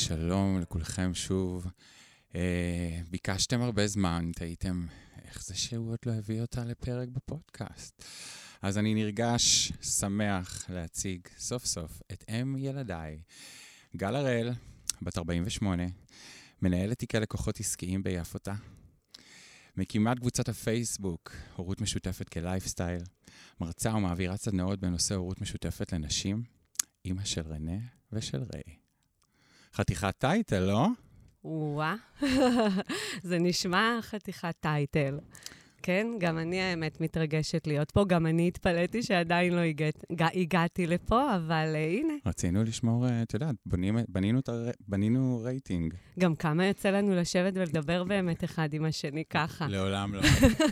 שלום לכולכם שוב. ביקשתם הרבה זמן, תהיתם איך זה שהוא עוד לא הביא אותה לפרק בפודקאסט. אז אני נרגש, שמח להציג סוף סוף את אם ילדיי. גל הראל, בת 48, מנהלת תיקי לקוחות עסקיים ביפותה. מקימת קבוצת הפייסבוק, הורות משותפת כלייפסטייל. מרצה ומעבירה סדנאות בנושא הורות משותפת לנשים. אמא של רנה ושל ריי. חתיכת טייטל, לא? וואה, זה נשמע חתיכת טייטל. כן, גם אני האמת מתרגשת להיות פה, גם אני התפלאתי שעדיין לא הגעתי לפה, אבל הנה. רצינו לשמור, את יודעת, בנינו רייטינג. גם כמה יוצא לנו לשבת ולדבר באמת אחד עם השני ככה. לעולם לא.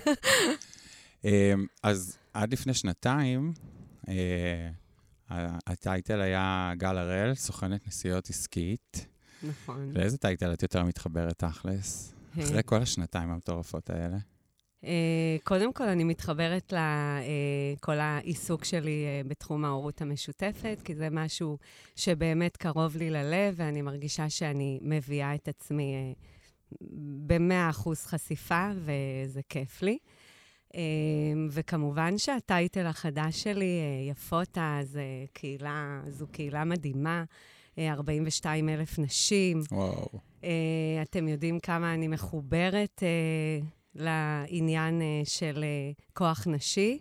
אז עד לפני שנתיים, הטייטל היה גל הראל, סוכנת נסיעות עסקית. נכון. לאיזה טייטל את יותר מתחברת תכלס? אחרי כל השנתיים המטורפות האלה. קודם כל, אני מתחברת לכל העיסוק שלי בתחום ההורות המשותפת, כי זה משהו שבאמת קרוב לי ללב, ואני מרגישה שאני מביאה את עצמי ב100% חשיפה, וזה כיף לי. וכמובן שהטייטל החדש שלי, יפותה, זו קהילה מדהימה, 42,000 נשים. וואו. אתם יודעים כמה אני מחוברת לעניין של כוח נשי,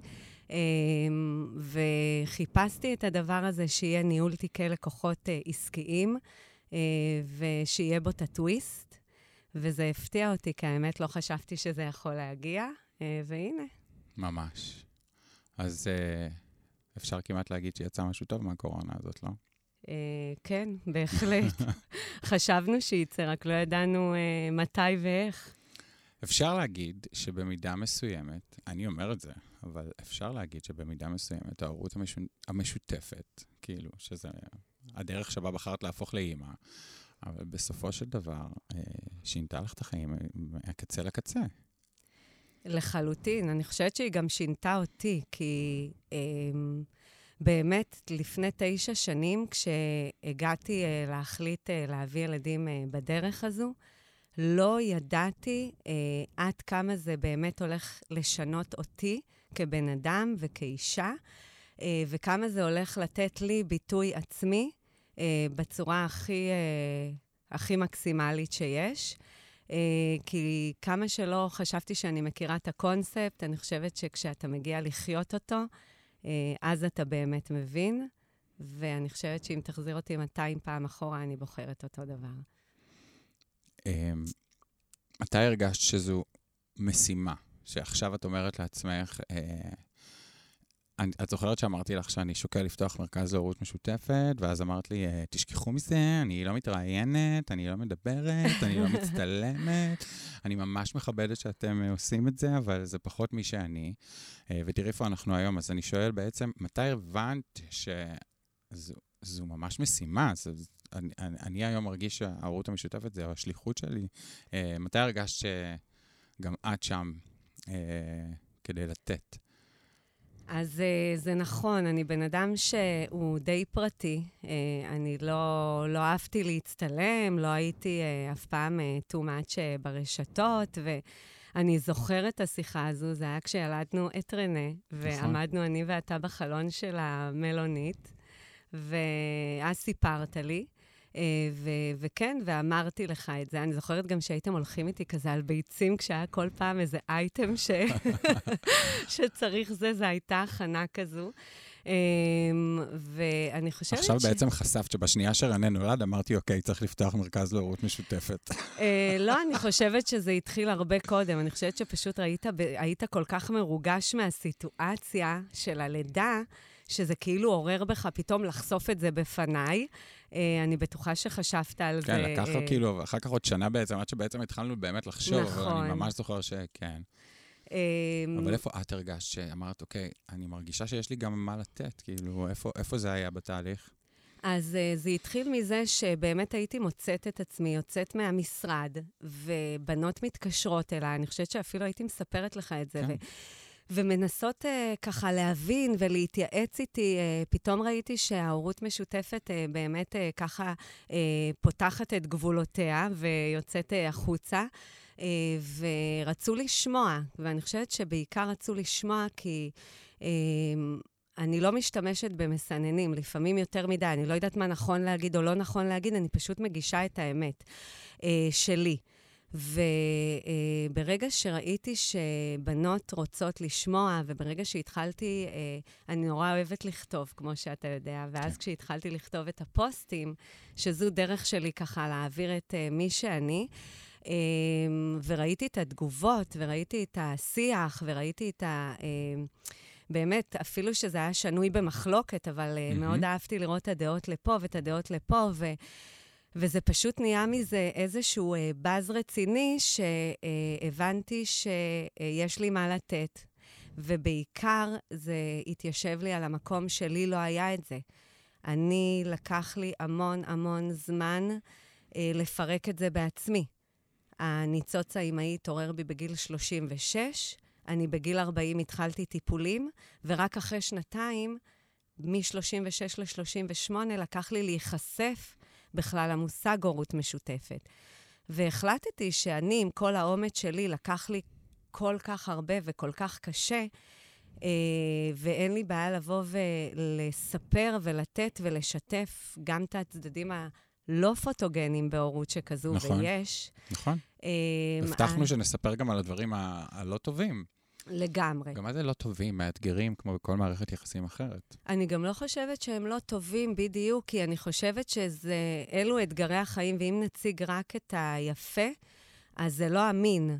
וחיפשתי את הדבר הזה שיהיה ניהול תיקי לקוחות עסקיים, ושיהיה בו את הטוויסט, וזה הפתיע אותי, כי האמת לא חשבתי שזה יכול להגיע, והנה. ממש. אז אפשר כמעט להגיד שיצא משהו טוב מהקורונה הזאת, לא? כן, בהחלט. חשבנו שייצא, רק לא ידענו מתי ואיך. אפשר להגיד שבמידה מסוימת, אני אומר את זה, אבל אפשר להגיד שבמידה מסוימת, ההורות המשותפת, כאילו, שזה הדרך שבה בחרת להפוך לאמא, אבל בסופו של דבר, שינתה לך את החיים מהקצה לקצה. לחלוטין. אני חושבת שהיא גם שינתה אותי, כי באמת, לפני 9 שנים, כשהגעתי להחליט להביא ילדים בדרך הזו, לא ידעתי עד כמה זה באמת הולך לשנות אותי כבן אדם וכאישה, וכמה זה הולך לתת לי ביטוי עצמי בצורה הכי מקסימלית שיש. כי כמה שלא חשבתי שאני מכירה את הקונספט, אני חושבת שכשאתה מגיע לחיות אותו, אז אתה באמת מבין, ואני חושבת שאם תחזיר אותי 200 פעם אחורה, אני בוחרת אותו דבר. מתי הרגשת שזו משימה, שעכשיו את אומרת לעצמך, את זוכרת שאמרתי לך שאני שוקל לפתוח מרכז להורות משותפת, ואז אמרת לי, תשכחו מזה, אני לא מתראיינת, אני לא מדברת, אני לא מצטלמת, אני ממש מכבדת שאתם עושים את זה, אבל זה פחות מי שאני. ותראי איפה אנחנו היום, אז אני שואל בעצם, מתי הבנת שזו ממש משימה? אני היום מרגיש שההורות המשותפת זה השליחות שלי. מתי הרגשת שגם את שם כדי לתת? אז זה נכון, אני בן אדם שהוא די פרטי. אני לא אהבתי להצטלם, לא הייתי אף פעם too much ברשתות, ואני זוכרת את השיחה הזו, זה היה כשילדנו את רנה, ועמדנו אני ואתה בחלון של המלונית, ואז סיפרת לי, וכן, ואמרתי לך את זה. אני זוכרת גם שהייתם הולכים איתי כזה על ביצים, כשהיה כל פעם איזה אייטם שצריך זה הייתה הכנה כזו. ואני חושבת עכשיו בעצם חשפת שבשנייה שרנה נולד, אמרתי, אוקיי, צריך לפתוח מרכז להורות משותפת. לא, אני חושבת שזה התחיל הרבה קודם. אני חושבת שפשוט היית כל כך מרוגש מהסיטואציה של הלידה, שזה כאילו עורר בך פתאום לחשוף את זה בפניי. אני בטוחה שחשבת על זה. כן, לקח כאילו, אחר כך עוד שנה בעצם, עד שבעצם התחלנו באמת לחשוב, נכון. אבל אני ממש זוכר שכן. אבל איפה את הרגשת שאמרת, אוקיי, אני מרגישה שיש לי גם מה לתת, כאילו, איפה זה היה בתהליך? אז זה התחיל מזה שבאמת הייתי מוצאת את עצמי, יוצאת מהמשרד, ובנות מתקשרות אליי, אני חושבת שאפילו הייתי מספרת לך את זה, כן. ומנסות ככה להבין ולהתייעץ איתי. פתאום ראיתי שההורות משותפת באמת ככה פותחת את גבולותיה ויוצאת החוצה, ורצו לשמוע, ואני חושבת שבעיקר רצו לשמוע כי אני לא משתמשת במסננים, לפעמים יותר מדי, אני לא יודעת מה נכון להגיד או לא נכון להגיד, אני פשוט מגישה את האמת שלי. וברגע שראיתי שבנות רוצות לשמוע, וברגע שהתחלתי, אני נורא אוהבת לכתוב, כמו שאתה יודע, ואז כשהתחלתי לכתוב את הפוסטים, שזו דרך שלי ככה להעביר את מי שאני, וראיתי את התגובות, וראיתי את השיח, וראיתי את באמת, אפילו שזה היה שנוי במחלוקת, אבל מאוד אהבתי לראות את הדעות לפה ואת הדעות לפה, וזה פשוט נהיה מזה איזשהו באז רציני, שהבנתי שיש לי מה לתת. ובעיקר זה התיישב לי על המקום שלי לא היה את זה. לקח לי המון זמן לפרק את זה בעצמי. הניצוץ האימהי התעורר בי בגיל 36, אני בגיל 40 התחלתי טיפולים, ורק אחרי שנתיים, מ-36 ל-38, לקח לי להיחשף בכלל המושג הורות משותפת. והחלטתי שאני, עם כל האומץ שלי, לקח לי כל כך הרבה וכל כך קשה, ואין לי בעיה לבוא ולספר ולתת ולשתף גם את הצדדים הלא פוטוגנים בהורות שכזו, נכון, ויש. נכון. הבטחנו שנספר גם על הדברים הלא טובים. לגמרי. גם מה זה לא טובים, מאתגרים, כמו בכל מערכת יחסים אחרת. אני גם לא חושבת שהם לא טובים בדיוק, כי אני חושבת אלו אתגרי החיים, ואם נציג רק את היפה, אז זה לא אמין.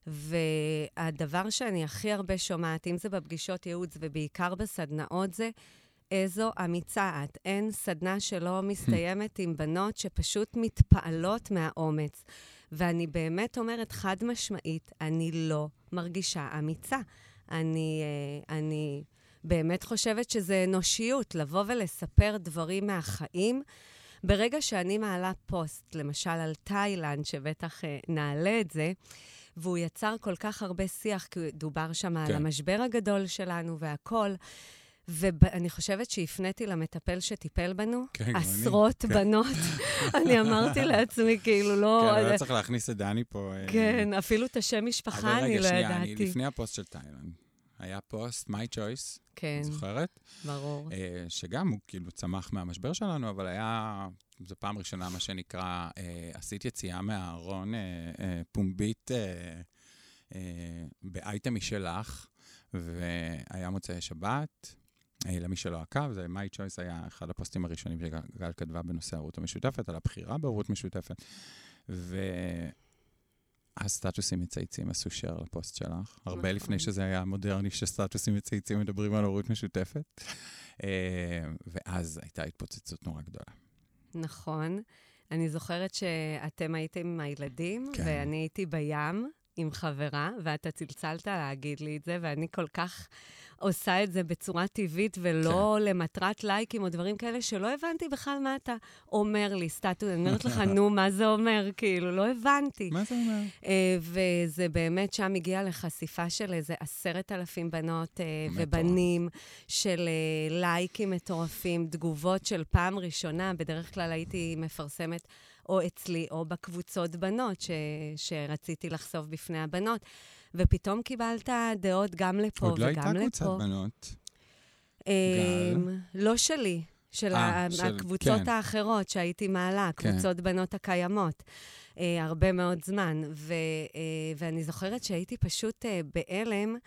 והדבר שאני הכי הרבה שומעת, אם זה בפגישות ייעוץ ובעיקר בסדנאות, זה איזו אמיצה את. אין סדנה שלא מסתיימת עם בנות שפשוט מתפעלות מהאומץ. ואני באמת אומרת חד משמעית, אני לא מרגישה אמיצה. אני באמת חושבת שזה אנושיות, לבוא ולספר דברים מהחיים. ברגע שאני מעלה פוסט, למשל על תאילנד, שבטח נעלה את זה, והוא יצר כל כך הרבה שיח, כי דובר שם על המשבר הגדול שלנו והכל, ואני חושבת שהפניתי למטפל שטיפל בנו, עשרות בנות. אני אמרתי לעצמי, כאילו לא... כן, לא צריך להכניס את דני פה. כן, אפילו את השם משפחה אני לא ידעתי. אבל רגע, לפני הפוסט של תאילנד, היה פוסט, My Choice, כן, זוכרת? ברור. שגם הוא כאילו צמח מהמשבר שלנו, אבל היה, זו פעם ראשונה מה שנקרא, עשית יציאה מהארון פומבית באייטם משלך, והיה מוצאי שבת, למי שלא עקב, זה My Choice היה אחד הפוסטים הראשונים שגל כתבה בנושא ההורות המשותפת, על הבחירה בהורות משותפת, הסטטוסים מצייצים עשו share לפוסט שלך, הרבה לפני שזה היה מודרני שסטטוסים מצייצים מדברים על הורות משותפת, ואז הייתה התפוצצות נורא גדולה. נכון. אני זוכרת שאתם הייתם עם הילדים, ואני הייתי בים עם חברה, ואתה צלצלת להגיד לי את זה, ואני כל כך עושה את זה בצורה טבעית, ולא למטרת לייקים או דברים כאלה, שלא הבנתי בכלל מה אתה אומר לי, סטטוס. אני אומרת לך, נו, מה זה אומר? כאילו, לא הבנתי. מה זה אומר? וזה באמת שם הגיע לחשיפה של איזה 10,000 בנות ובנים, של לייקים מטורפים, תגובות של פעם ראשונה, בדרך כלל הייתי מפרסמת או אצלי, או בקבוצות בנות, שרציתי לחשוף בפני הבנות. ופתאום קיבלת דעות גם לפה וגם לפה. עוד לא הייתה קבוצת בנות. לא שלי, של הקבוצות האחרות שהייתי מעלה, קבוצות בנות הקיימות, הרבה מאוד זמן. ואני זוכרת שהייתי פשוט בהלם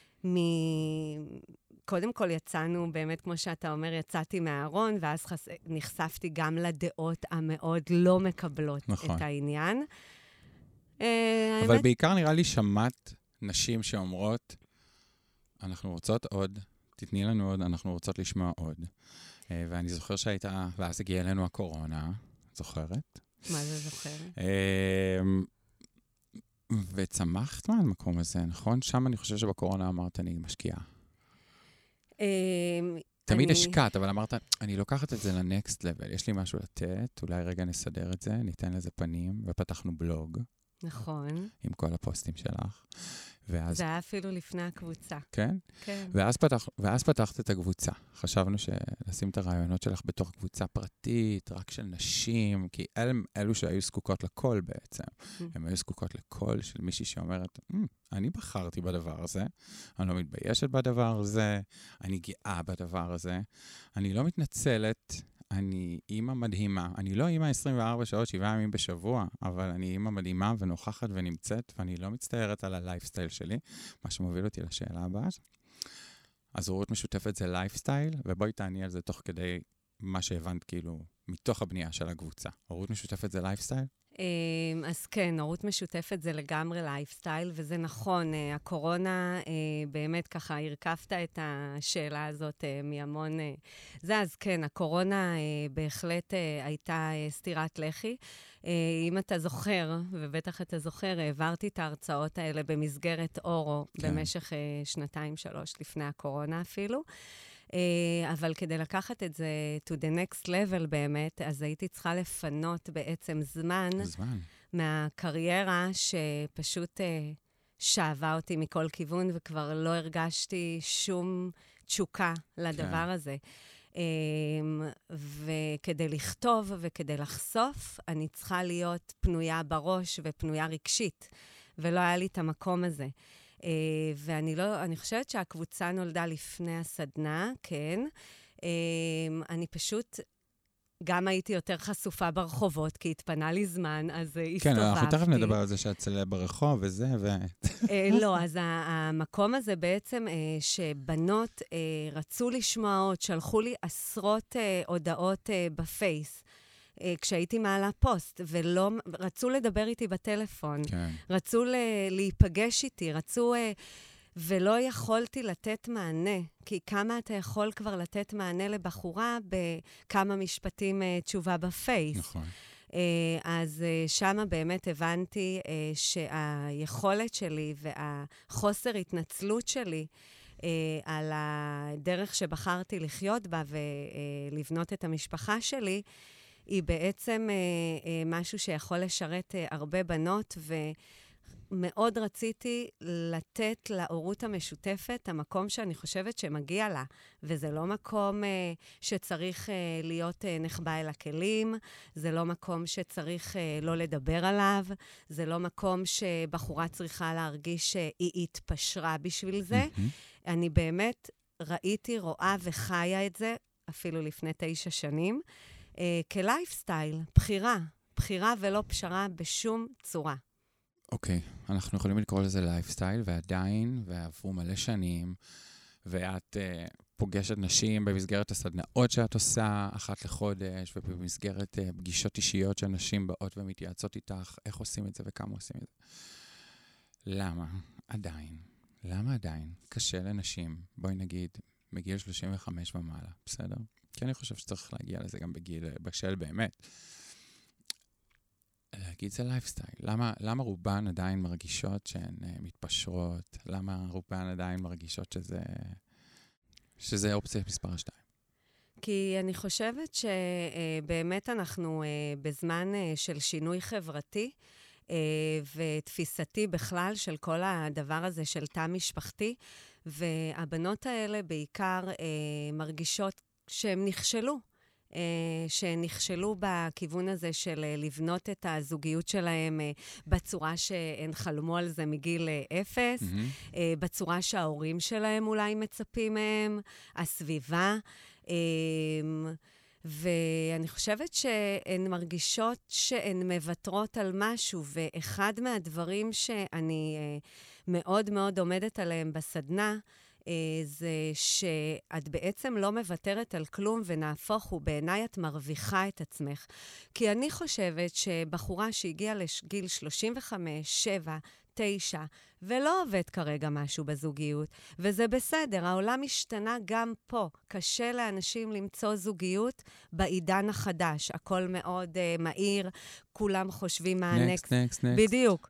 קודם כל יצאנו, באמת כמו שאתה אומר, יצאתי מהארון, ואז נחשפתי גם לדעות המאוד לא מקבלות את העניין. אבל בעיקר נראה לי שמעת נשים שאומרות, אנחנו רוצות עוד, תתני לנו עוד, אנחנו רוצות לשמוע עוד. ואני זוכר שהייתה, ואז הגיעה אלינו הקורונה, זוכרת? מה זה זוכרת? וצמחת מהמקום הזה, נכון? שם אני חושב שבקורונה אמרת, אני משקיעה. תמיד השקעת, אבל אמרת, אני לוקחת את זה לנקסט לבל, יש לי משהו לתת, אולי רגע נסדר את זה, ניתן לזה פנים, ופתחנו בלוג. נכון. עם כל הפוסטים שלך. ואז... זה היה אפילו לפני הקבוצה. כן? כן. ואז פתחת את הקבוצה. חשבנו שלשים את הרעיונות שלך בתוך קבוצה פרטית, רק של נשים, כי אלו שהיו זקוקות לקול בעצם. הן היו זקוקות לקול של מישהי שאומרת, אני בחרתי בדבר הזה, אני לא מתביישת בדבר הזה, אני גאה בדבר הזה, אני לא מתנצלת, אני אימא מדהימה. אני לא אימא 24 שעות, 7 ימים בשבוע, אבל אני אימא מדהימה ונוכחת ונמצאת, ואני לא מצטערת על הלייפסטייל שלי, מה שמוביל אותי לשאלה הבאה. אז הורות משותפת זה לייפסטייל, ובואי תעני על זה תוך כדי מה שהבנת כאילו מתוך הבנייה של הקבוצה. הורות משותפת זה לייפסטייל? אז כן, הורות משותפת זה לגמרי לייפסטייל, וזה נכון, הקורונה באמת ככה הרכבת את השאלה הזאת מהמון... אז כן, הקורונה בהחלט הייתה סתירת לחי. אם אתה זוכר, ובטח אתה זוכר, העברתי את ההרצאות האלה במסגרת אורו, כן. במשך 2-3 לפני הקורונה אפילו. אבל כדי לקחת את זה to the next level באמת, אז הייתי צריכה לפנות בעצם זמן. מהקריירה שפשוט שאבה אותי מכל כיוון, וכבר לא הרגשתי שום תשוקה לדבר הזה. וכדי לכתוב וכדי לחשוף, אני צריכה להיות פנויה בראש ופנויה רגשית, ולא היה לי את המקום הזה. ואני חושבת שהקבוצה נולדה לפני הסדנה, כן. אני פשוט גם הייתי יותר חשופה ברחובות, כי התפנה לי זמן, אז הסתובבתי. כן, אנחנו תכף נדבר על זה שאת צלע ברחוב וזה, לא, אז המקום הזה בעצם שבנות רצו לשמוע עוד, שלחו לי עשרות הודעות בפייס. כשהייתי מעלה פוסט, ולא, רצו לדבר איתי בטלפון, כן. רצו להיפגש איתי, ולא יכולתי לתת מענה, כי כמה אתה יכול כבר לתת מענה לבחורה בכמה משפטים תשובה בפייס. נכון. אז שמה באמת הבנתי שהיכולת שלי והחוסר התנצלות שלי על הדרך שבחרתי לחיות בה ולבנות את המשפחה שלי, היא בעצם משהו שיכול לשרת הרבה בנות, ומאוד רציתי לתת להורות המשותפת המקום שאני חושבת שמגיע לה, וזה לא מקום שצריך להיות נחבא אל הכלים, זה לא מקום שצריך לא לדבר עליו, זה לא מקום שבחורה צריכה להרגיש שהיא התפשרה בשביל זה. אני באמת ראיתי, רואה וחיה את זה, אפילו לפני 9 שנים, כלייפסטייל, בחירה ולא פשרה בשום צורה. אוקיי, אנחנו יכולים לקרוא לזה לייפסטייל, ועדיין, ועברו מלא שנים, ואת פוגשת נשים במסגרת הסדנאות שאת עושה, 1 לחודש, ובמסגרת פגישות אישיות שנשים באות ומתייעצות איתך, איך עושים את זה וכמה עושים את זה. למה עדיין קשה לנשים, בואי נגיד, מגיל 35 ומעלה, בסדר? כי אני חושב שצריך להגיע לזה גם בשל באמת. להגיד זה לייפסטייל. למה רובן עדיין מרגישות שהן מתפשרות? למה רובן עדיין מרגישות שזה אופציה מספר 2? כי אני חושבת שבאמת אנחנו בזמן של שינוי חברתי, ותפיסתי בכלל של כל הדבר הזה של תא משפחתי, והבנות האלה בעיקר מרגישות שהם נכשלו בכיוון הזה של לבנות את הזוגיות שלהם בצורה שהן חלמו על זה מגיל 0, בצורה שההורים שלהם אולי מצפים מהם, הסביבה, ואני חושבת שהן מרגישות שהן מוותרות על משהו, ואחד מהדברים שאני מאוד מאוד עומדת עליהם בסדנה, זה שאת בעצם לא מוותרת על כלום, ונהפוך הוא, בעיניי את מרוויחה את עצמך. כי אני חושבת שבחורה שהגיעה לגיל 35, 7, 9, ולא עובד כרגע משהו בזוגיות, וזה בסדר, העולם השתנה גם פה. קשה לאנשים למצוא זוגיות בעידן החדש. הכל מאוד מהיר, כולם חושבים מה הנקסט. נקסט. בדיוק.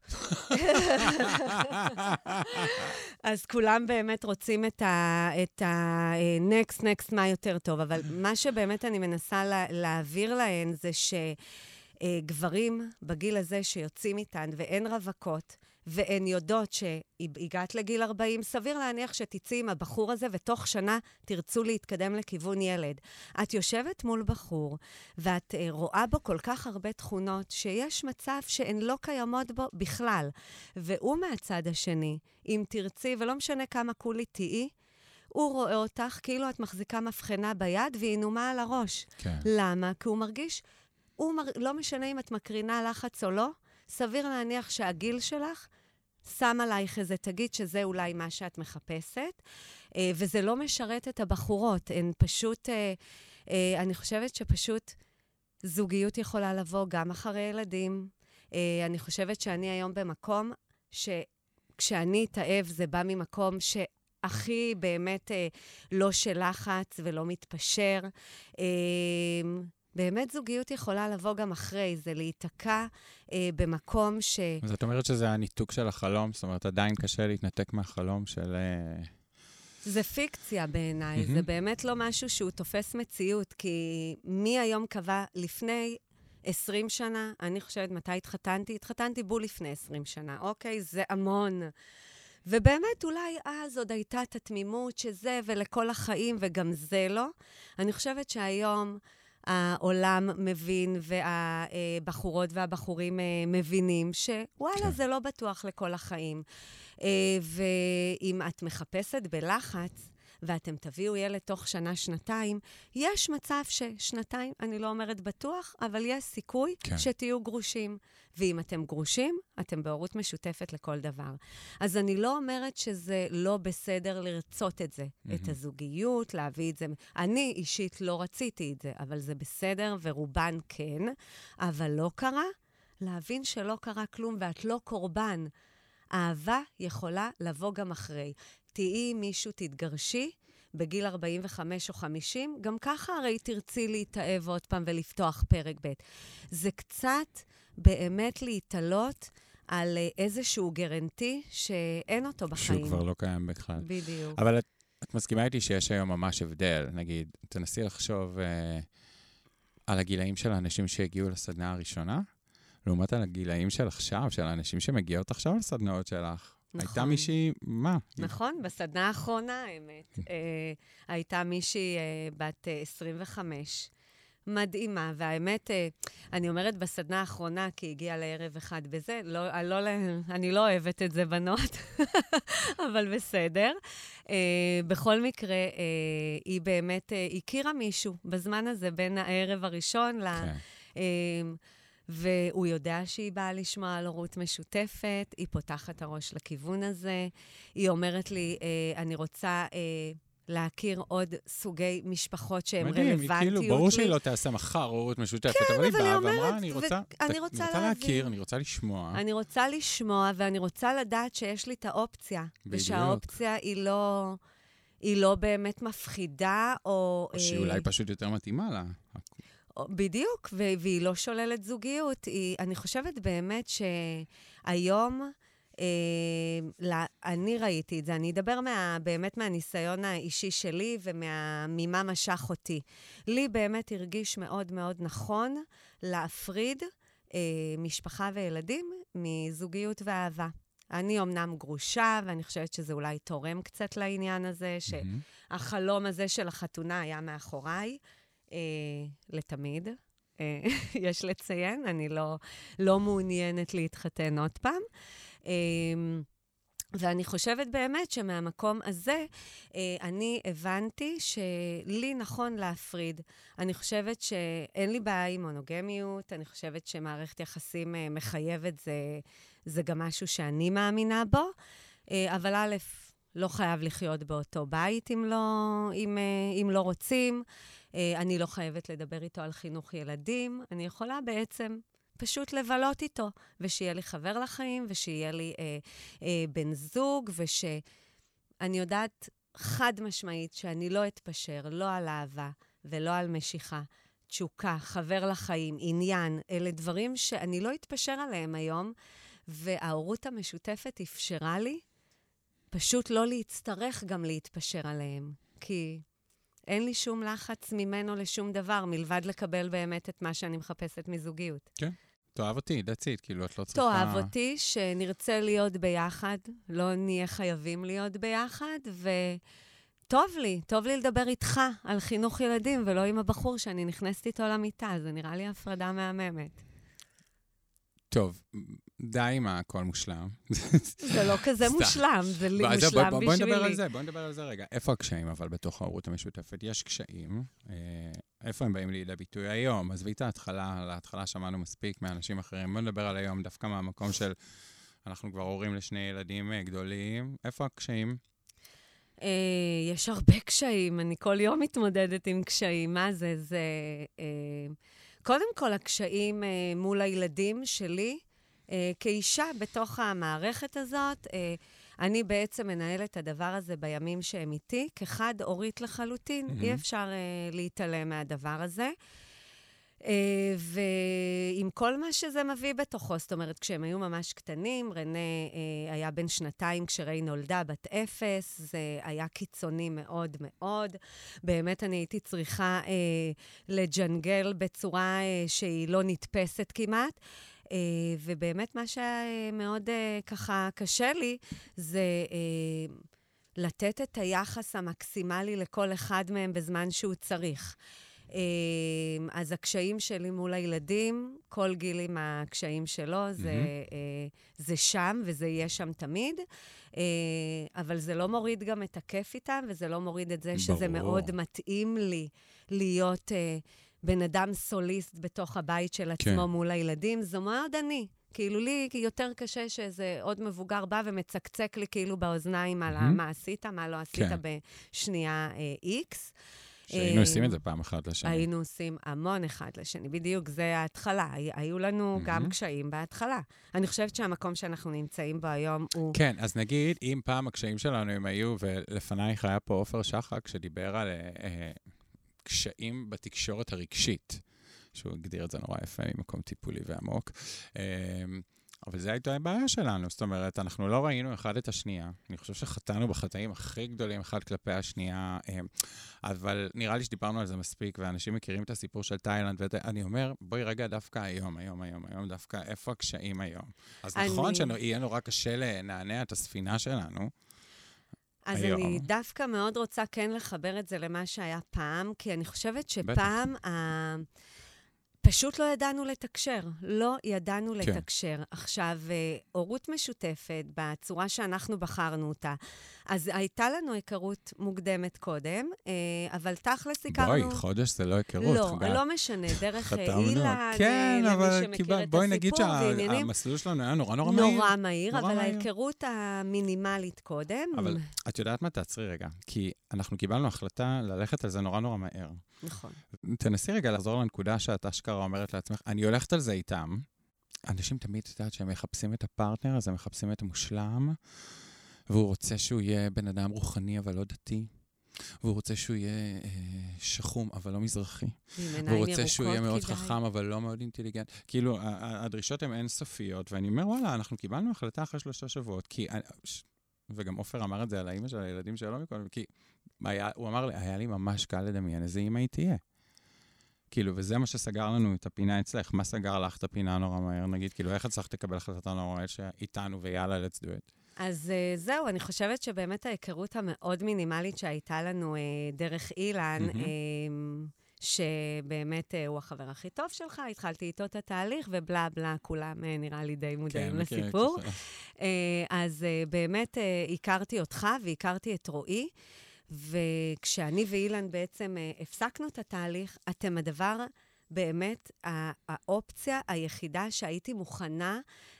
אז כולם באמת רוצים את הנקסט, מה יותר טוב. אבל מה שבאמת אני מנסה להעביר להן זה שגברים בגיל הזה שיוצאים איתן ואין רווקות, והן יודעות שהגעת לגיל 40, סביר להניח שתצאי עם הבחור הזה, ותוך שנה תרצו להתקדם לכיוון ילד. את יושבת מול בחור, ואת רואה בו כל כך הרבה תכונות, שיש מצב שהן לא קיימות בו בכלל. והוא מהצד השני, אם תרצי, ולא משנה כמה קולי תהיי, הוא רואה אותך כאילו את מחזיקה מבחנה ביד, והיא נומה על הראש. כן. למה? כי הוא מרגיש, לא משנה אם את מקרינה לחץ או לא, סביר להניח שהגיל שלך שם עלייך איזה תגיד שזה אולי מה שאת מחפשת, וזה לא משרת את הבחורות. הן פשוט, אני חושבת שפשוט זוגיות יכולה לבוא גם אחרי ילדים. אני חושבת שאני היום במקום שכשאני אתאהב זה בא ממקום הכי באמת לא של לחץ ולא מתפשר. באמת זוגיות יכולה לבוא גם אחרי, זה להיתקע במקום אז את אומרת שזה הניתוק של החלום, זאת אומרת, עדיין קשה להתנתק מהחלום של... זה פיקציה בעיניי, זה באמת לא משהו שהוא תופס מציאות, כי מי היום קבע לפני 20 שנה, אני חושבת מתי התחתנתי בול לפני 20 שנה, אוקיי? זה המון. ובאמת אולי אז עוד הייתה את התמימות שזה ולכל החיים, וגם זה לא. אני חושבת שהיום העולם מבין, והבחורות והבחורים מבינים שוואלה, זה לא בטוח לכל החיים. ואם את מחפשת בלחץ, ואתם תביאו ילד תוך שנה, שנתיים, יש מצב ששנתיים, אני לא אומרת בטוח, אבל יש סיכוי שתהיו גרושים. ואם אתם גרושים, אתם בהורות משותפת לכל דבר. אז אני לא אומרת שזה לא בסדר לרצות את זה, את הזוגיות, להביא את זה. אני אישית לא רציתי את זה, אבל זה בסדר, ורובן כן, אבל לא קרה. להבין שלא קרה כלום, ואת לא קורבן. אהבה יכולה לבוא גם אחרי. תהיי מישהו, תתגרשי, בגיל 45 או 50, גם ככה הרי תרצי להתאהב עוד פעם ולפתוח פרק ב'. זה קצת באמת להתעלות על איזשהו גרנטי שאין אותו בחיים. שהוא כבר לא קיים בכלל. בדיוק. אבל את מסכימה איתי שיש היום ממש הבדל. נגיד, תנסי לחשוב על הגילאים של האנשים שהגיעו לסדנה הראשונה, לעומת על הגילאים של עכשיו, של האנשים שמגיעות עכשיו לסדנאות שלך. נכון. הייתה מישהי, מה? נכון, בסדנה האחרונה, האמת. הייתה מישהי בת 25, מדהימה, והאמת, אני אומרת בסדנה האחרונה, כי הגיעה לערב אחד בזה, אני לא אוהבת את זה בנות, אבל בסדר. בכל מקרה, היא באמת הכירה מישהו בזמן הזה, בין הערב הראשון והוא יודע שהיא באה לשמוע על הורות משותפת, היא פותחת הראש לכיוון הזה, היא אומרת לי, אני רוצה להכיר עוד סוגי משפחות שהן רלוונטיות. מדהים, כאילו, ברור שהיא לא תעשה מחר הורות משותפת, אבל היא באה ואמרה, אני רוצה להכיר, אני רוצה לשמוע. אני רוצה לשמוע, ואני רוצה לדעת שיש לי את האופציה, ושהאופציה היא לא באמת מפחידה, או שהיא אולי פשוט יותר מתאימה לה. בדיוק, והיא לא שוללת זוגיות. אני חושבת באמת שהיום, אני ראיתי את זה, אני אדבר באמת מהניסיון האישי שלי וממה משך אותי. לי באמת הרגיש מאוד מאוד נכון להפריד משפחה וילדים מזוגיות ואהבה. אני אומנם גרושה, ואני חושבת שזה אולי תורם קצת לעניין הזה, שהחלום הזה של החתונה היה מאחוריי, לתמיד. יש לציין, אני לא מעוניינת להתחתן עוד פעם. ואני חושבת באמת שמהמקום הזה, אני הבנתי שלי נכון להפריד. אני חושבת שאין לי בעיה עם מונוגמיות, אני חושבת שמערכת יחסים מחייבת, זה גם משהו שאני מאמינה בו, אבל א', לא חייב לחיות באותו בית אם לא רוצים. אני לא חייבת לדבר איתו על חינוך ילדים. אני יכולה בעצם פשוט לבלות איתו, ושיהיה לי חבר לחיים, ושיהיה לי בן זוג, ושאני יודעת חד משמעית שאני לא אתפשר, לא על אהבה ולא על משיכה. תשוקה, חבר לחיים, עניין, אלה דברים שאני לא אתפשר עליהם היום, וההורות המשותפת אפשרה לי פשוט לא להצטרך גם להתפשר עליהם, כי אין לי שום לחץ ממנו לשום דבר, מלבד לקבל באמת את מה שאני מחפשת מזוגיות. כן. תאהב אותי, that's it, כאילו, את לא צריכה... תאהב אותי, שנרצה להיות ביחד, לא נהיה חייבים להיות ביחד, טוב לי לדבר איתך על חינוך ילדים, ולא עם הבחור שאני נכנסת איתו למיטה, זה נראה לי הפרדה מהממת. טוב, די עם הכל מושלם. זה לא כזה מושלם, זה לי מושלם בשבילי. בואי נדבר על זה רגע. איפה הקשיים אבל בתוך ההורות המשותפת? יש קשיים. איפה הם באים לידי ביטוי היום? עזבי את להתחלה שמענו מספיק מאנשים אחרים. בואו נדבר על היום, דווקא מהמקום של אנחנו כבר הורים לשני ילדים גדולים. איפה הקשיים? יש הרבה קשיים, אני כל יום מתמודדת עם קשיים. מה זה? קודם כל, הקשיים מול הילדים שלי, כאישה בתוך המערכת הזאת, אני בעצם מנהלת את הדבר הזה בימים שהם איתי, כחד הורית לחלוטין, אי אפשר להתעלם מהדבר הזה. ועם כל מה שזה מביא בתוכו, זאת אומרת, כשהם היו ממש קטנים, רנה היה בן 2 כשראי נולדה, בת 0, זה היה קיצוני מאוד מאוד. באמת אני הייתי צריכה לג'נגל בצורה שהיא לא נתפסת כמעט. ובאמת מה שמאוד ככה קשה לי, זה לתת את היחס המקסימלי לכל אחד מהם בזמן שהוא צריך. אז הקשיים שלי מול הילדים, כל גיל עם הקשיים שלו, זה שם וזה יהיה שם תמיד, אבל זה לא מוריד גם את הכיף איתם, וזה לא מוריד את זה שזה מאוד מתאים לי להיות בן אדם סוליסט בתוך הבית של עצמו מול הילדים, זו מאוד אני. כאילו לי יותר קשה שאיזה עוד מבוגר בא ומצקצק לי כאילו באוזניים על מה עשית, מה לא עשית בשנייה איקס. שהיינו עושים את זה פעם אחת לשני. היינו עושים המון אחד לשני, בדיוק, זה ההתחלה. היו לנו גם קשיים בהתחלה. אני חושבת שהמקום שאנחנו נמצאים בו היום הוא... כן, אז נגיד, אם פעם הקשיים שלנו הם היו, ולפנייך היה פה עופר שחק, שדיבר על קשיים בתקשורת הרגשית, שהוא הגדיר את זה נורא יפה, ממקום טיפולי ועמוק. אבל זה הייתה הבעיה שלנו, זאת אומרת, אנחנו לא ראינו אחד את השנייה. אני חושב שחטאנו בחטאים הכי גדולים אחד כלפי השנייה, אבל נראה לי שדיברנו על זה מספיק, ואנשים מכירים את הסיפור של תאילנד, ואני אומר, בואי רגע דווקא היום, דווקא איפה הקשיים היום. אז נכון שיהיה נורא קשה לנענע את הספינה שלנו, אז היום. אני דווקא מאוד רוצה כן לחבר את זה למה שהיה פעם, כי אני חושבת שפעם... פשוט לא ידענו לתקשר, לא ידענו לתקשר. עכשיו, הורות משותפת, בצורה שאנחנו בחרנו אותה, אז הייתה לנו היכרות מוקדמת קודם, אבל תכלס הכרנו... בואי, חודש זה לא היכרות. לא משנה, דרך אילה, כן, אבל בואי נגיד שהמסלול שלנו היה נורא מהיר. נורא מהיר, אבל ההיכרות המינימלית קודם... אבל את יודעת מה? תעצרי רגע, כי אנחנו קיבלנו החלטה ללכת על זה נורא מהר. נכון. תנסי רגע לחזור לנקודה שאת אשכרה אומרת לעצמך, אני הולכת על זה איתם. אנשים תמיד יודעת שהם מחפשים את הפרטנר, אז הם מחפשים את המושלם, והוא רוצה שהוא יהיה בן אדם רוחני אבל לא דתי, והוא רוצה שהוא יהיה שחום אבל לא מזרחי, והוא רוצה שהוא יהיה מאוד חכם אבל לא מאוד אינטליגנט. כאילו, הדרישות הן אינסופיות, ואני אומר, וואלה, אנחנו קיבלנו החלטה אחרי 3 שבועות, כי... וגם עופר אמר את זה על האמא של הילדים שלו מקודם, כי הוא אמר לי, היה לי ממש קל לדמיין איזה אמא היא תהיה. כאילו, וזה מה שסגר לנו את הפינה אצלך. מה סגר לך את הפינה נורא מהר? נגיד, כאילו, איך הצלחת לקבל החלטה נורא מהר שאיתנו ויאללה, let's do it? אז זהו, אני חושבת שבאמת ההיכרות המאוד מינימלית שהייתה לנו דרך אילן, שבאמת הוא החבר הכי טוב שלך, התחלתי איתו את התהליך, ובלה בלה, כולם נראה לי די מודעים לסיפור. אז באמת הכרתי אותך והכרתי את רועי, וכשאני ואילן בעצם הפסקנו את התהליך, אתם הדבר באמת, האופציה היחידה שהייתי מוכנה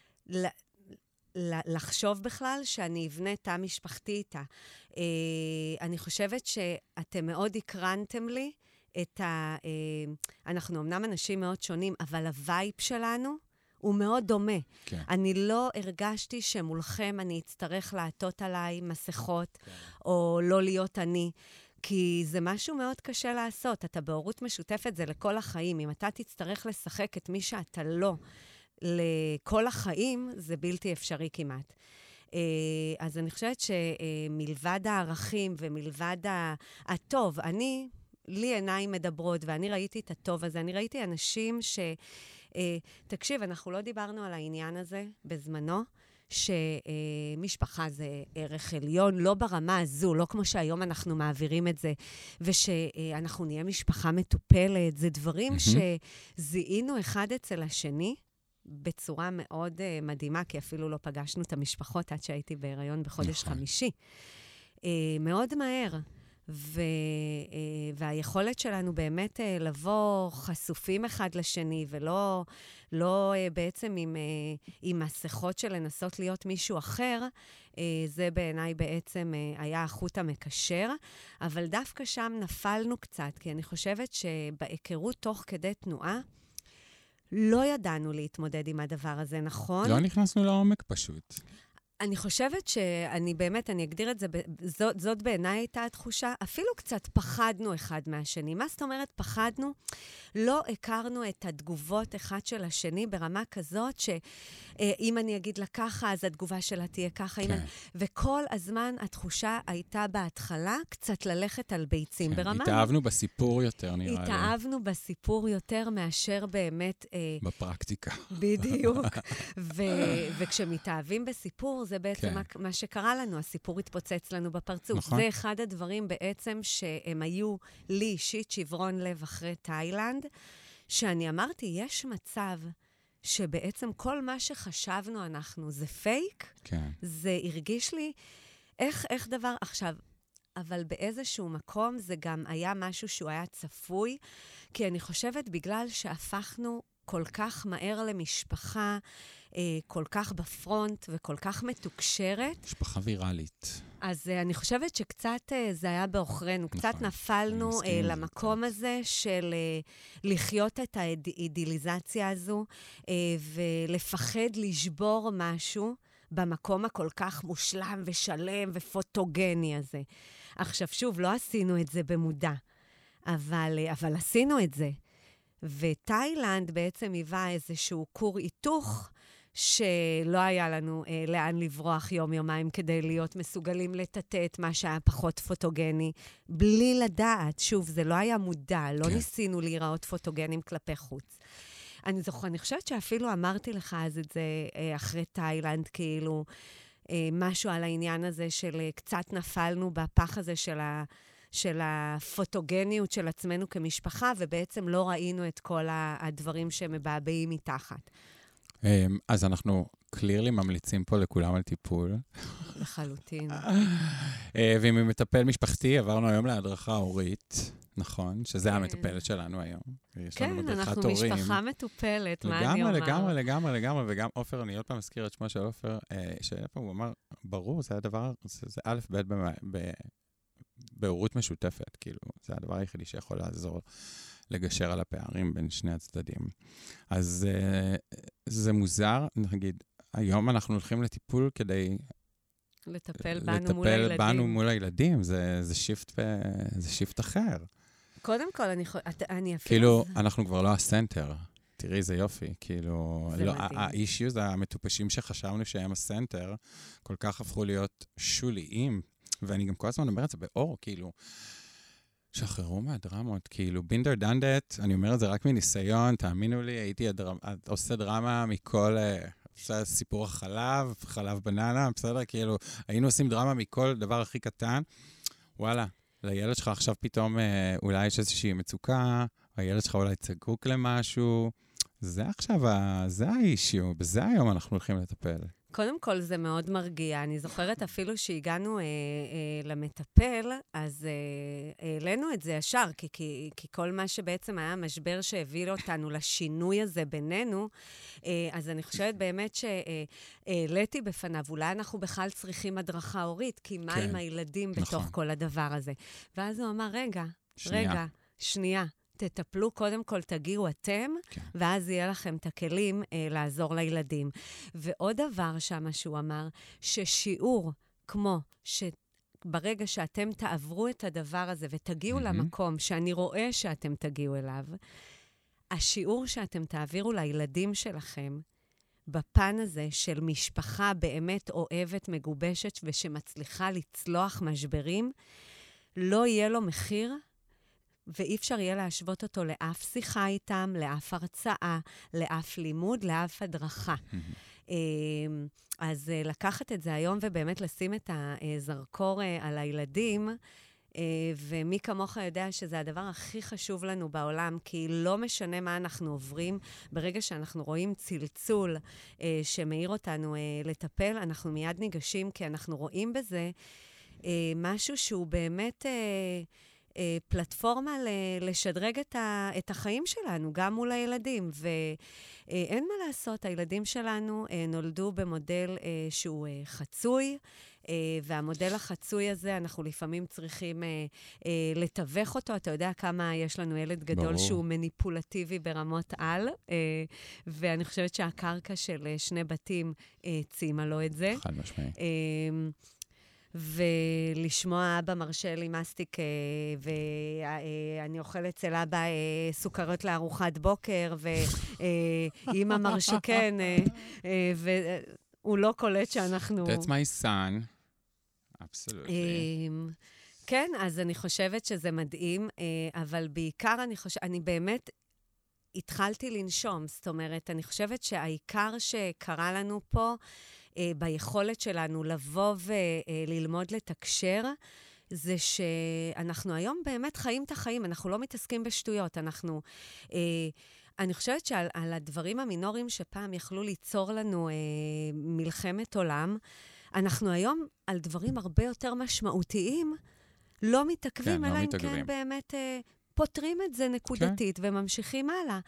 לחשוב בכלל שאני אבנה תא משפחתי איתה. אני חושבת שאתם מאוד הקרנתם לי את אנחנו אמנם אנשים מאוד שונים, אבל הווייב שלנו הוא מאוד דומה. כן. אני לא הרגשתי שמולכם אני אצטרך לעטות עליי מסכות, כן. או לא להיות אני, כי זה משהו מאוד קשה לעשות. אתה בהורות משותפת, זה לכל החיים. אם אתה תצטרך לשחק את מי שאתה לא לכל החיים, זה בלתי אפשרי כמעט. אז אני חושבת שמלבד הערכים ומלבד הטוב, לי עיניים מדברות, ואני ראיתי את הטוב הזה, אני ראיתי אנשים תקשיב, אנחנו לא דיברנו על העניין הזה בזמנו, שמשפחה זה ערך עליון, לא ברמה הזו, לא כמו שהיום אנחנו מעבירים את זה, ושאנחנו נהיה משפחה מטופלת, זה דברים שזיהינו אחד אצל השני, בצורה מאוד מדהימה, כי אפילו לא פגשנו את המשפחות עד שהייתי בהיריון בחודש חמישי. מאוד מהר. והיכולת שלנו באמת לבוא חשופים אחד לשני, ולא בעצם עם מסכות של לנסות להיות מישהו אחר, זה בעיניי בעצם היה החוט המקשר, אבל דווקא שם נפלנו קצת, כי אני חושבת שבהיכרות תוך כדי תנועה, לא ידענו להתמודד עם הדבר הזה, נכון? לא נכנסנו לעומק פשוט. אני חושבת שאני באמת, אני אגדיר את זה, זאת בעיניי הייתה התחושה, אפילו קצת פחדנו אחד מהשני. מה זאת אומרת פחדנו? לא הכרנו את התגובות אחד של השני ברמה כזאת, שאם אני אגיד לה ככה, אז התגובה שלה תהיה ככה. כן. וכל הזמן התחושה הייתה בהתחלה קצת ללכת על ביצים. כן, ברמה... התאהבנו בסיפור יותר, נראה לי. התאהבנו בסיפור יותר מאשר באמת... בפרקטיקה. בדיוק. וכשמתאהבים בסיפור, זה בעצם מה שקרה לנו, הסיפור התפוצץ לנו בפרצוף. נכון. זה אחד הדברים בעצם שהם היו לי אישית שברון לב אחרי תאילנד, שאני אמרתי, יש מצב שבעצם כל מה שחשבנו אנחנו זה פייק, כן. זה הרגיש לי, איך דבר עכשיו, אבל באיזשהו מקום זה גם היה משהו שהוא היה צפוי, כי אני חושבת בגלל שהפכנו כל כך מהר למשפחה, כל כך בפרונט וכל כך מתוקשרת. משפחה ויראלית. אז אני חושבת שקצת זה היה באוכרנו. קצת נפלנו למקום הזה של לחיות את האידיליזציה הזו, ולפחד לשבור משהו במקום הכל כך מושלם ושלם ופוטוגני הזה. עכשיו, שוב, לא עשינו את זה במודע, אבל עשינו את זה. ותאילנד בעצם היווה איזשהו כור היתוך, שלא היה לנו לאן לברוח יום-יומיים כדי להיות מסוגלים לטאטא את מה שהיה פחות פוטוגני, בלי לדעת. שוב, זה לא היה מודע, לא ניסינו להיראות פוטוגנים כלפי חוץ. אני חושבת שאפילו אמרתי לך אז את זה אחרי תאילנד, כאילו משהו על העניין הזה של קצת נפלנו בפח הזה של הפוטוגניות של עצמנו כמשפחה, ובעצם לא ראינו את כל הדברים שמבעבעים מתחת. אז אנחנו קלירלי ממליצים פה לכולם על טיפול. לחלוטין. ועם מטפל משפחתי, עברנו היום להדרכה הורית, נכון? שזה המטפלת שלנו היום. כן, אנחנו משפחה מטופלת, מה אני אומר? לגמרי, וגם אופר, אני עוד פעם אזכיר את שמו של אופר, שאיפה הוא אמר, ברור, זה הדבר, זה א' ב' בהורות משותפת, כאילו, זה הדבר היחידי שיכול לעזור לגשר על הפערים בין שני הצדדים. אז זה מוזר, נגיד, היום אנחנו הולכים לטיפול כדי לטפל בנו מול הילדים. זה שיפט אחר. קודם כל, אני אפילו... כאילו, אנחנו כבר לא הסנטר. תראי, זה יופי. כאילו, האישיוז, המטופשים שחשבנו שהם הסנטר, כל כך הפכו להיות שוליים, ואני גם כל הזמן אומר את זה באור, כאילו, שחררו מהדרמות, כאילו, בינדר דנדט, אני אומר את זה רק מניסיון, תאמינו לי, הייתי עושה דרמה מכל, סיפור החלב, חלב בננה, בסדר? כאילו, היינו עושים דרמה מכל דבר הכי קטן, וואלה, לילד שלך עכשיו פתאום אולי יש איזושהי מצוקה, הילד שלך אולי צגוק למשהו, זה עכשיו, זה האישיו, בזה היום אנחנו הולכים לטפל. קודם כל, זה מאוד מרגיע. אני זוכרת אפילו שהגענו למטפל, אז העלינו את זה ישר, כי כל מה שבעצם היה המשבר שהביא אותנו לשינוי הזה בינינו, אז אני חושבת באמת שהעליתי בפניו, אולי אנחנו בכלל צריכים הדרכה הורית, כי מה עם הילדים בתוך כל הדבר הזה? ואז הוא אמר, רגע, שנייה. תטפלו, קודם כל תגיעו אתם, ואז יהיה לכם את הכלים לעזור לילדים. ועוד דבר שמה שהוא אמר, ששיעור כמו שברגע שאתם תעברו את הדבר הזה ותגיעו למקום שאני רואה שאתם תגיעו אליו, השיעור שאתם תעבירו לילדים שלכם, בפן הזה של משפחה באמת אוהבת, מגובשת ושמצליחה לצלוח משברים, לא יהיה לו מחיר ואי אפשר יהיה להשוות אותו לאף שיחה איתם, לאף הרצאה, לאף לימוד, לאף הדרכה. אז לקחת את זה היום ובאמת לשים את הזרקור על הילדים, ומי כמוך יודע שזה הדבר הכי חשוב לנו בעולם, כי לא משנה מה אנחנו עוברים, ברגע שאנחנו רואים צלצול שמאיר אותנו לטפל, אנחנו מיד ניגשים, כי אנחנו רואים בזה משהו שהוא באמת פלטפורמה לשדרג את החיים שלנו, גם מול הילדים. ואין מה לעשות, הילדים שלנו נולדו במודל שהוא חצוי, והמודל החצוי הזה, אנחנו לפעמים צריכים לתווך אותו. אתה יודע כמה יש לנו ילד גדול ברור. שהוא מניפולטיבי ברמות על, ואני חושבת שהקרקע של שני בתים צימה לו את זה. חד משמעי. ולשמוע אבא מרשה לי מסטיק, ואני אוכלת אצל אבא סוכריות לארוחת בוקר, ואמא מרשה כן, והוא לא קולט שאנחנו... That's my son. Absolutely. כן, אז אני חושבת שזה מדהים, אבל בעיקר אני באמת התחלתי לנשום. זאת אומרת, אני חושבת שהעיקר שקרה לנו פה, ביכולת שלנו לבוא וללמוד לתקשר, זה שאנחנו היום באמת חיים את החיים, אנחנו לא מתעסקים בשטויות, אני חושבת שעל הדברים המינוריים שפעם יכלו ליצור לנו מלחמת עולם, אנחנו היום על דברים הרבה יותר משמעותיים, לא מתעכבים, אלא אם כן באמת פותרים את זה נקודתית וממשיכים הלאה.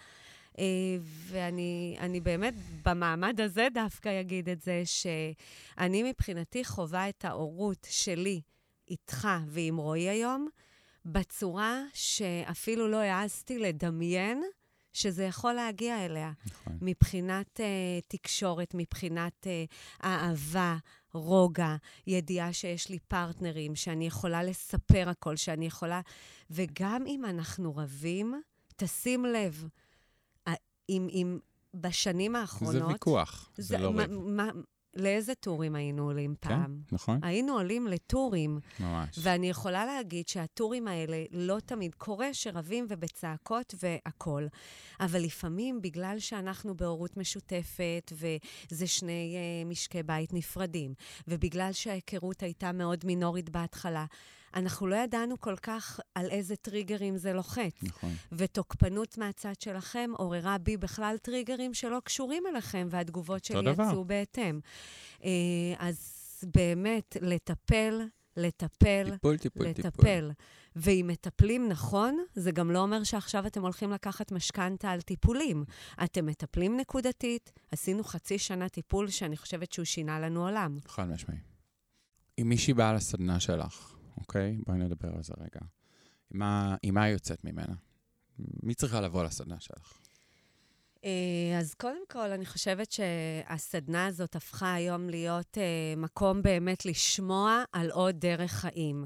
ואני באמת במעמד הזה דווקא אגיד את זה, שאני מבחינתי חובה את ההורות שלי איתך ועם רועי היום, בצורה שאפילו לא העזתי לדמיין שזה יכול להגיע אליה. נכון. מבחינת תקשורת, מבחינת אהבה, רוגע, ידיעה שיש לי פרטנרים, שאני יכולה לספר הכל, שאני יכולה... וגם אם אנחנו רבים, תשים לב, אם בשנים האחרונות... זה ויכוח, זה לא רב. לאיזה טורים היינו עולים פעם? כן, נכון. היינו עולים לטורים. ממש. ואני יכולה להגיד שהטורים האלה לא תמיד קורה שרבים ובצעקות והכל. אבל לפעמים, בגלל שאנחנו בהורות משותפת, וזה שני משקי בית נפרדים, ובגלל שההיכרות הייתה מאוד מינורית בהתחלה, אנחנו לא ידענו כל כך על איזה טריגרים זה לוחץ. נכון. ותוקפנות מהצד שלכם עוררה בי בכלל טריגרים שלא קשורים אליכם, והתגובות שלי יצאו בהתאם. אז באמת, לטפל. טיפול. ואם מטפלים נכון, זה גם לא אומר שעכשיו אתם הולכים לקחת משכנתה על טיפולים. אתם מטפלים נקודתית, עשינו חצי שנה טיפול שאני חושבת שהוא שינה לנו עולם. חד משמעי. אם מישהי באה לסדנה שלך, אוקיי? בואי נדבר על זה רגע. עם מה יוצאת ממנה? מי צריכה לבוא לסדנה שלך? אז קודם כל, אני חושבת שהסדנה הזאת הפכה היום להיות מקום באמת לשמוע על עוד דרך חיים.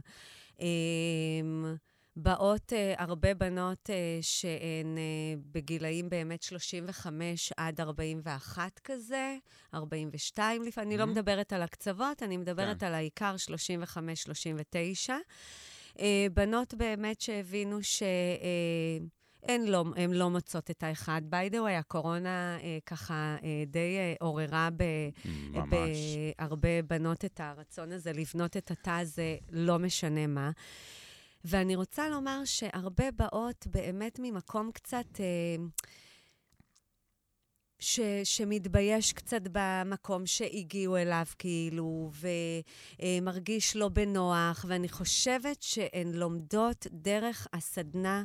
באות הרבה בנות שהן בגילאים באמת 35 עד 41 כזה, 42 לפעמים. אני לא מדברת על הקצוות, אני מדברת על העיקר 35-39. בנות באמת שהבינו הן לא מוצאות את האחד. by the way, הקורונה ככה די עוררה בהרבה בנות את הרצון הזה, לבנות את התא הזה, לא משנה מה. ואני רוצה לומר שהרבה באות באמת ממקום קצת שמתבייש קצת במקום שהגיעו אליו כאילו, ומרגיש לא בנוח, ואני חושבת שהן לומדות דרך הסדנה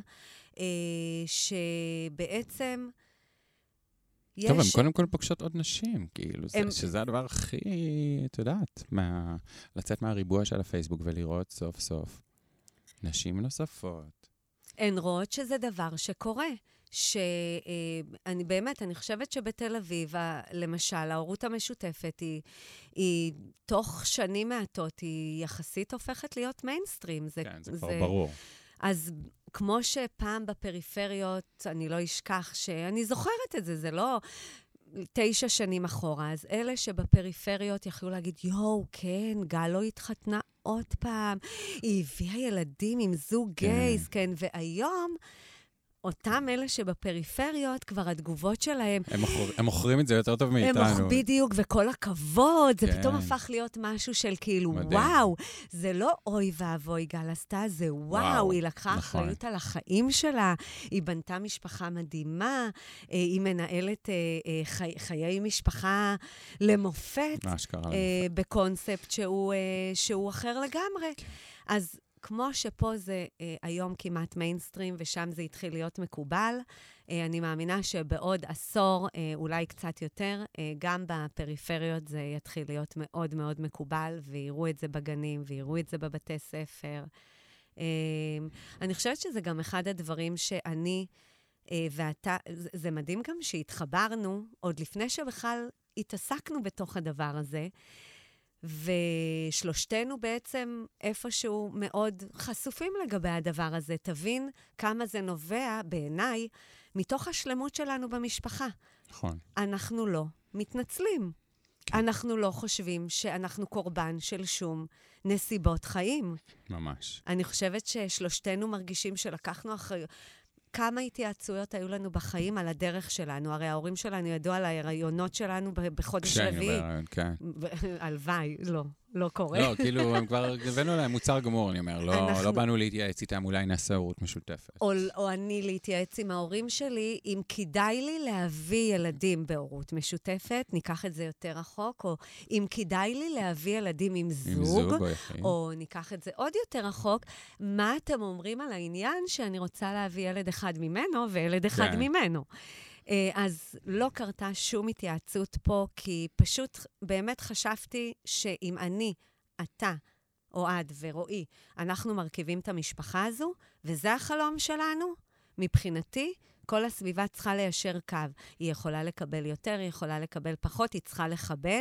שבעצם יש... טוב, הן קודם כל פוגשות עוד נשים, כאילו, שזה הדבר הכי, את יודעת, לצאת מהריבוע של הפייסבוק ולראות סוף סוף נשים נוספות. הן רואות שזה דבר שקורה. שאני באמת, אני חושבת שבתל אביב, למשל, ההורות המשותפת היא תוך שנים מעטות, היא יחסית הופכת להיות מיינסטרים. כן, זה כבר ברור. אז כמו שפעם בפריפריות, אני לא אשכח שאני זוכרת את זה, זה לא... 9 שנים אחורה, אז אלה שבפריפריות יכלו להגיד, יואו, כן, גל לא התחתנה עוד פעם, היא הביאה ילדים עם זוג גייז, כן, והיום, אותם אלה שבפריפריות, כבר התגובות שלהם... הם מוכרים את זה יותר טוב מאיתנו. בדיוק, וכל הכבוד, זה פתאום הפך להיות משהו של כאילו, וואו, זה לא אוי ואבוי גל עשתה, זה וואו, היא לקחה אחריות על החיים שלה, היא בנתה משפחה מדהימה, היא מנהלת חיי משפחה למופת, בקונספט שהוא אחר לגמרי. אז... כמו שפה זה היום כמעט מיינסטרים, ושם זה התחיל להיות מקובל, אני מאמינה שבעוד עשור, אולי קצת יותר, גם בפריפריות זה יתחיל להיות מאוד מאוד מקובל, ויראו את זה בגנים, ויראו את זה בבתי ספר. אני חושבת שזה גם אחד הדברים שאני ואתה, זה מדהים גם שהתחברנו, עוד לפני שבכלל התעסקנו בתוך הדבר הזה, ושלושתנו בעצם איפשהו מאוד חשופים לגבי הדבר הזה. תבין כמה זה נובע בעיניי מתוך השלמות שלנו במשפחה. נכון. אנחנו לא מתנצלים. אנחנו לא חושבים שאנחנו קורבן של שום נסיבות חיים. ממש. אני חושבת ששלושתנו מרגישים שלקחנו אחריות. כמה התייעצויות היו לנו בחיים על הדרך שלנו? הרי ההורים שלנו ידעו על ההיריונות שלנו בחודש רביעי. כן. הלוואי, לא קורה. לא, כאילו, הם כבר הבאנו להם מוצר גמור, אני אומר. לא באנו להתייעץ איתם, אולי נעשה הורות משותפת. או אני להתייעץ עם ההורים שלי, אם כדאי לי להביא ילדים בהורות משותפת, ניקח את זה יותר רחוק, או אם כדאי לי להביא ילדים עם זוג, או ניקח את זה עוד יותר רחוק, מה אתם אומרים על העניין שאני רוצה להביא ילד אחד ממנו וילד אחד ממנו? אז לא קרתה שום התייעצות פה, כי פשוט באמת חשבתי שאם אני, אתה, אוהד ורועי, אנחנו מרכיבים את המשפחה הזו, וזה החלום שלנו, מבחינתי, כל הסביבה צריכה ליישר קו. היא יכולה לקבל יותר, היא יכולה לקבל פחות, היא צריכה לכבד,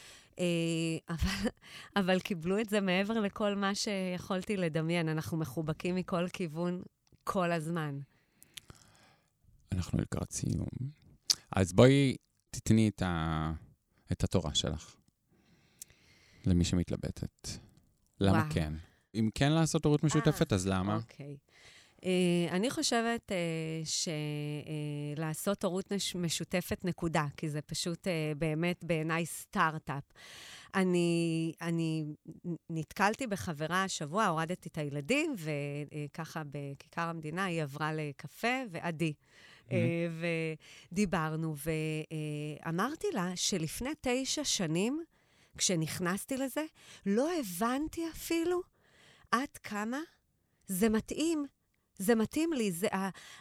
אבל קיבלו את זה מעבר לכל מה שיכולתי לדמיין. אנחנו מחובקים מכל כיוון כל הזמן. אנחנו לקראת סיום. אז בואי תתני את התורה שלך. למי שמתלבטת. למה כן? אם כן לעשות הורות משותפת, אז למה? אוקיי. אני חושבת שלעשות הורות משותפת נקודה, כי זה פשוט באמת בעיניי סטארט-אפ. אני נתקלתי בחברה השבוע, הורדתי את הילדים, וככה בכיכר המדינה היא עברה לקפה ועדי. ודיברנו, ואמרתי לה שלפני 9 שנים, כשנכנסתי לזה, לא הבנתי אפילו עד כמה זה מתאים. זה מתאים לי, זה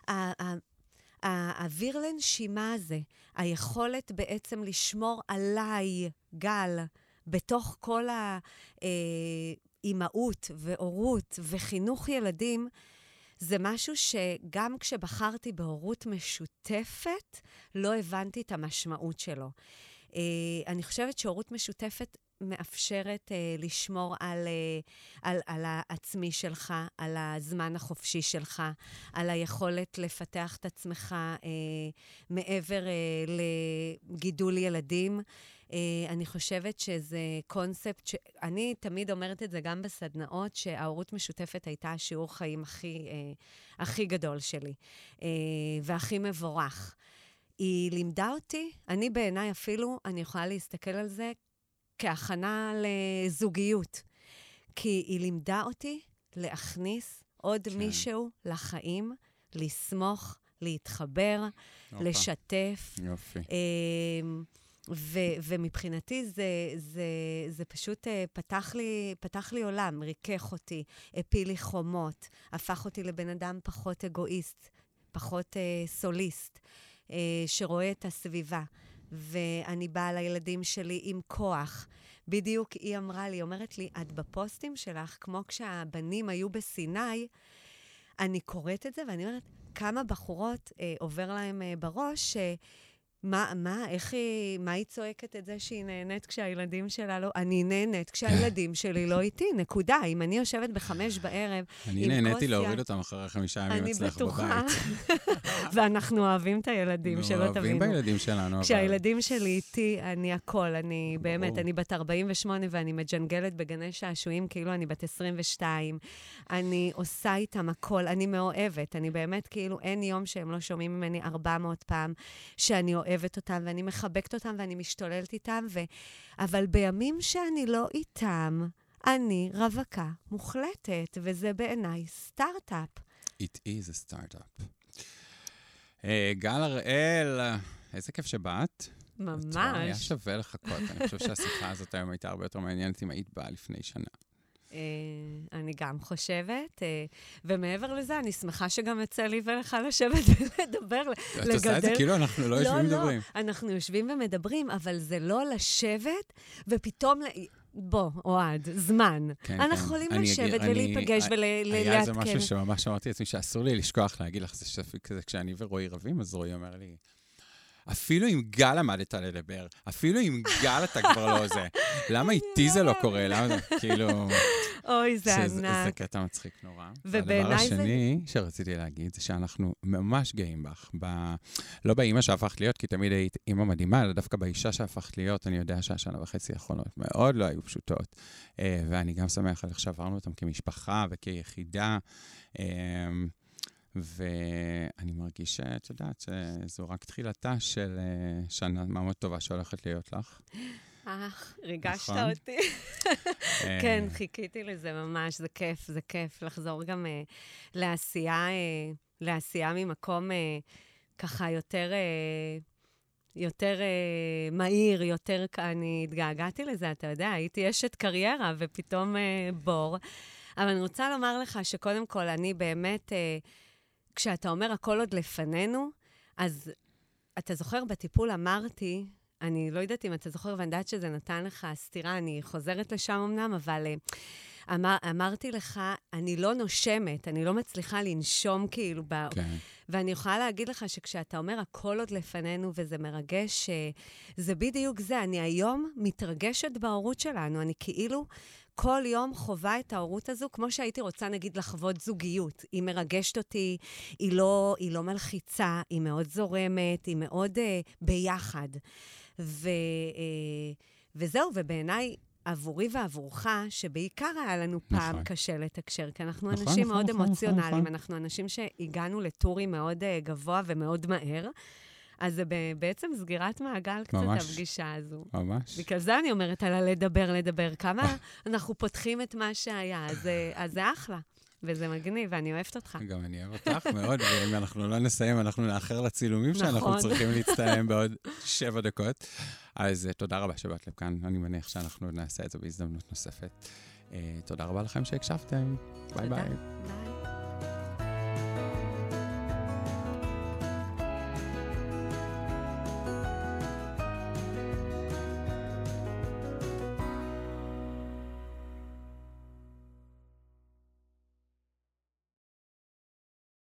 האוויר לנשימה הזה, היכולת בעצם לשמור עליי, גל, בתוך כל האימהות והורות וחינוך ילדים, זה משהו שגם כשבחרתי בהורות משותפת, לא הבנתי את המשמעות שלו. אני חושבת שהורות משותפת מאפשרת לשמור על העצמי שלך, על הזמן החופשי שלך, על היכולת לפתח את עצמך מעבר לגידול ילדים. אני חושבת שזה קונספט, אני תמיד אומרת את זה גם בסדנאות, שההורות משותפת הייתה השיעור חיים הכי גדול שלי, והכי מבורך. היא לימדה אותי, אני בעיניי אפילו, אני יכולה להסתכל על זה כהכנה לזוגיות. כי היא לימדה אותי להכניס עוד מישהו לחיים, לסמוך, להתחבר, לשתף. יופי. ומבחינתי זה פשוט פתח לי עולם, ריכך אותי, הפיל לי חומות, הפך אותי לבן אדם פחות אגואיסט, פחות סוליסט, שרואה את הסביבה. ואני באה לילדים שלי עם כוח. בדיוק היא אמרה לי, אומרת לי, את בפוסטים שלך, כמו כשהבנים היו בסיני, אני קוראת את זה ואני אומרת, כמה בחורות עובר להם בראש מה היא צועקת את זה שהיא נהנית כשהילדים שלה לא... אני נהנית כשהילדים שלי לא איתי, נקודה. אם אני יושבת ב5 בערב... אני נהניתי להוריד אותם אחרי 5 ימים אצלך בבית. אני בטוחה. ואנחנו אוהבים את הילדים, שלא תבינו. אוהבים בילדים שלנו. כשהילדים שלי איתי, אני הכל. אני באמת, אני בת 48 ואני מג'נגלת בגני שעשועים, כאילו אני בת 22. אני עושה איתם הכל. אני מאוהבת. אני באמת, כאילו, אין יום שהם לא שומעים ממני 400 פעם שאני אוהבת אותם, ואני מחבקת אותם, ואני משתוללת איתם, אבל בימים שאני לא איתם, אני רווקה מוחלטת, וזה בעיניי סטארט-אפ. It is a startup. גל הראל, איזה כיף שבאת. ממש. היה שווה לחכות. אני חושב שהשיחה הזאת היום הייתה הרבה יותר מעניינת אם היית באה לפני שנה. אני גם חושבת, ומעבר לזה, אני שמחה שגם יצא לי ולך לשבת ולדבר, לגדל. את עושה את זה כאילו אנחנו לא יושבים ומדברים. לא, אנחנו יושבים ומדברים, אבל זה לא לשבת, ופתאום... בוא, אוהד, זמן. אנחנו יכולים לשבת ולהיפגש ולעדכן. היה איזה משהו שממש אמרתי לעצמי שאסור לי לשכוח להגיד לך, זה כשאני ורועי רבים, אז רועי אומר לי, אפילו אם גל עמדת לדבר, אפילו אם גל אתה כבר לא זה, למה איתי זה לא קורה? למה זה כאילו... אוי, זה ענק. זה קטע מצחיק נורא. והדבר השני שרציתי להגיד, זה שאנחנו ממש גאים בך. לא באמא שהפכת להיות, כי תמיד היית אמא מדהימה, אלא דווקא באישה שהפכת להיות, אני יודע שהשנה וחצי האחרונות מאוד לא היו פשוטות. ואני גם שמח על איך שעברנו אותם כמשפחה וכיחידה. ואני מרגיש שאת יודעת שזו רק תחילתה של שנה מאוד טובה שהולכת להיות לך. ריגשת אותי. כן, חיכיתי לזה ממש, זה כיף, זה כיף לחזור גם לעשייה ממקום ככה יותר מהיר, יותר, אני התגעגעתי לזה, אתה יודע, הייתי אשת קריירה ופתאום בור. אבל אני רוצה לומר לך שקודם כל אני באמת... כשאתה אומר הכל עוד לפנינו, אז אתה זוכר בטיפול אמרתי, אני לא יודעת אם אתה זוכר ואני יודעת שזה נתן לך סתירה, אני חוזרת לשם אמנם, אבל אמרתי לך, אני לא נושמת, אני לא מצליחה לנשום כאילו, ואני יכולה להגיד לך שכשאתה אומר הכל עוד לפנינו וזה מרגש, זה בדיוק זה, אני היום מתרגשת בהורות שלנו, אני כאילו... כל יום חובה את ההורות הזו, כמו שהייתי רוצה, נגיד, לחוות זוגיות. היא מרגשת אותי, היא לא מלחיצה, היא מאוד זורמת, היא מאוד ביחד. וזהו, ובעיניי, עבורי ועבורך, שבעיקר היה לנו פעם קשה לתקשר, כי אנחנו אנשים מאוד אמוציונליים, אנחנו אנשים שהגענו לטורי מאוד גבוה ומאוד מהר, אז זה בעצם סגירת מעגל קצת הפגישה הזו. ממש. בגלל זה אני אומרת על לדבר. כמה אנחנו פותחים את מה שהיה, אז זה אחלה. וזה מגניב, ואני אוהבת אותך. גם אני אוהב אותך מאוד, ואם אנחנו לא נסיים, אנחנו נאחר לצילומים שאנחנו צריכים להצטלם בעוד 7 דקות. אז תודה רבה שבאת לכאן. אני מניח שאנחנו נעשה את זה בהזדמנות נוספת. תודה רבה לכם שהקשבתם. ביי ביי.